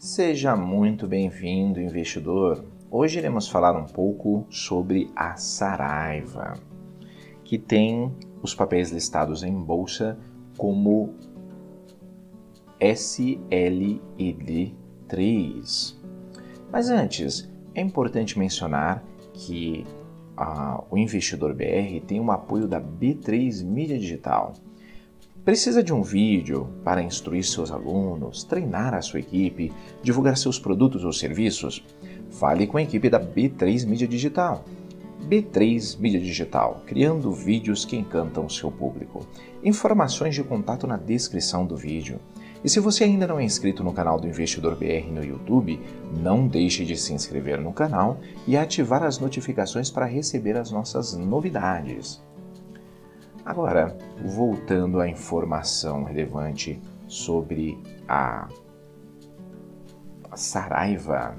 Seja muito bem-vindo, investidor. Hoje iremos falar um pouco sobre a Saraiva, que tem os papéis listados em bolsa como SLED3. Mas antes, é importante mencionar que o Investidor BR tem o apoio da B3 Mídia Digital. Precisa de um vídeo para instruir seus alunos, treinar a sua equipe, divulgar seus produtos ou serviços? Fale com a equipe da B3 Mídia Digital. B3 Mídia Digital, criando vídeos que encantam seu público. Informações de contato na descrição do vídeo. E se você ainda não é inscrito no canal do Investidor BR no YouTube, não deixe de se inscrever no canal e ativar as notificações para receber as nossas novidades. Agora, voltando à informação relevante sobre a Saraiva,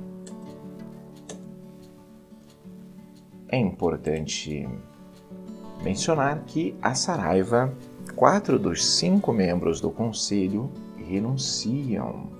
é importante mencionar que a Saraiva, 4 dos 5 membros do conselho renunciam.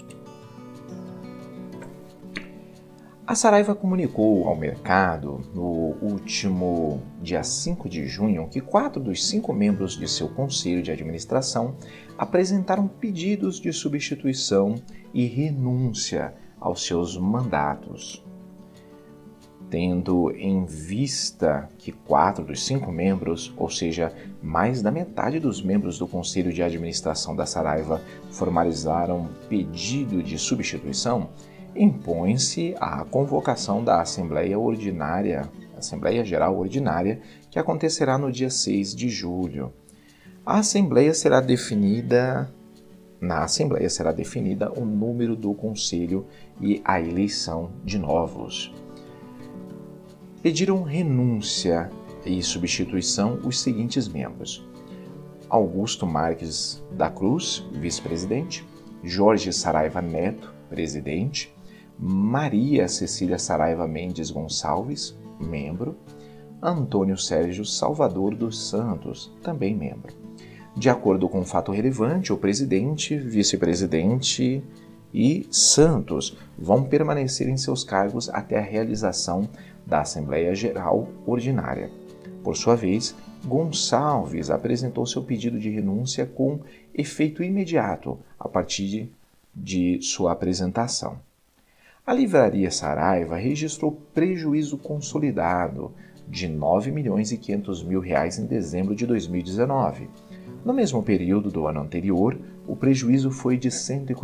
A Saraiva comunicou ao mercado no último dia 5 de junho que 4 dos 5 membros de seu conselho de administração apresentaram pedidos de substituição e renúncia aos seus mandatos. Tendo em vista que 4 dos 5 membros, ou seja, mais da metade dos membros do conselho de administração da Saraiva, formalizaram pedido de substituição, impõe-se a convocação da Assembleia Geral Ordinária, que acontecerá no dia 6 de julho. Na Assembleia será definida o número do conselho e a eleição de novos. Pediram renúncia e substituição os seguintes membros: Augusto Marques da Cruz, vice-presidente; Jorge Saraiva Neto, presidente; Maria Cecília Saraiva Mendes Gonçalves, membro; Antônio Sérgio Salvador dos Santos, também membro. De acordo com o fato relevante, o presidente, vice-presidente e Santos vão permanecer em seus cargos até a realização da Assembleia Geral Ordinária. Por sua vez, Gonçalves apresentou seu pedido de renúncia com efeito imediato a partir de sua apresentação. A Livraria Saraiva registrou prejuízo consolidado de R$ 9.500.000 em dezembro de 2019. No mesmo período do ano anterior, o prejuízo foi de R$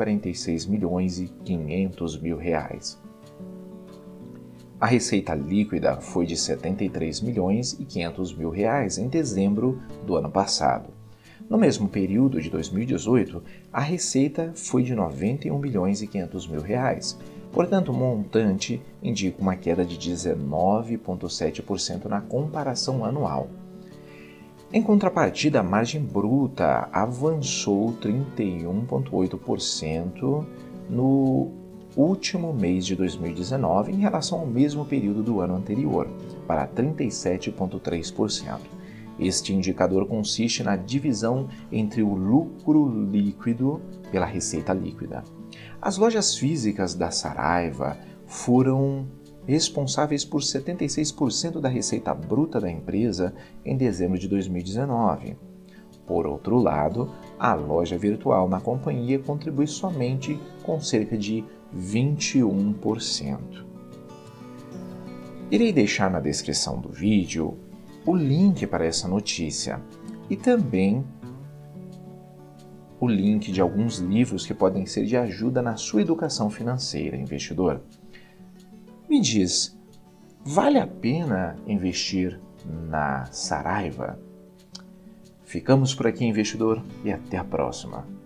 146.500.000. A receita líquida foi de R$ 73.500.000 em dezembro do ano passado. No mesmo período de 2018, a receita foi de R$ 91.500.000. Portanto, o montante indica uma queda de 19,7% na comparação anual. Em contrapartida, a margem bruta avançou 31,8% no último mês de 2019 em relação ao mesmo período do ano anterior, para 37,3%. Este indicador consiste na divisão entre o lucro líquido pela receita líquida. As lojas físicas da Saraiva foram responsáveis por 76% da receita bruta da empresa em dezembro de 2019. Por outro lado, a loja virtual na companhia contribui somente com cerca de 21%. Irei deixar na descrição do vídeo o link para essa notícia e também o link de alguns livros que podem ser de ajuda na sua educação financeira, investidor. Me diz, vale a pena investir na Saraiva? Ficamos por aqui, investidor, e até a próxima.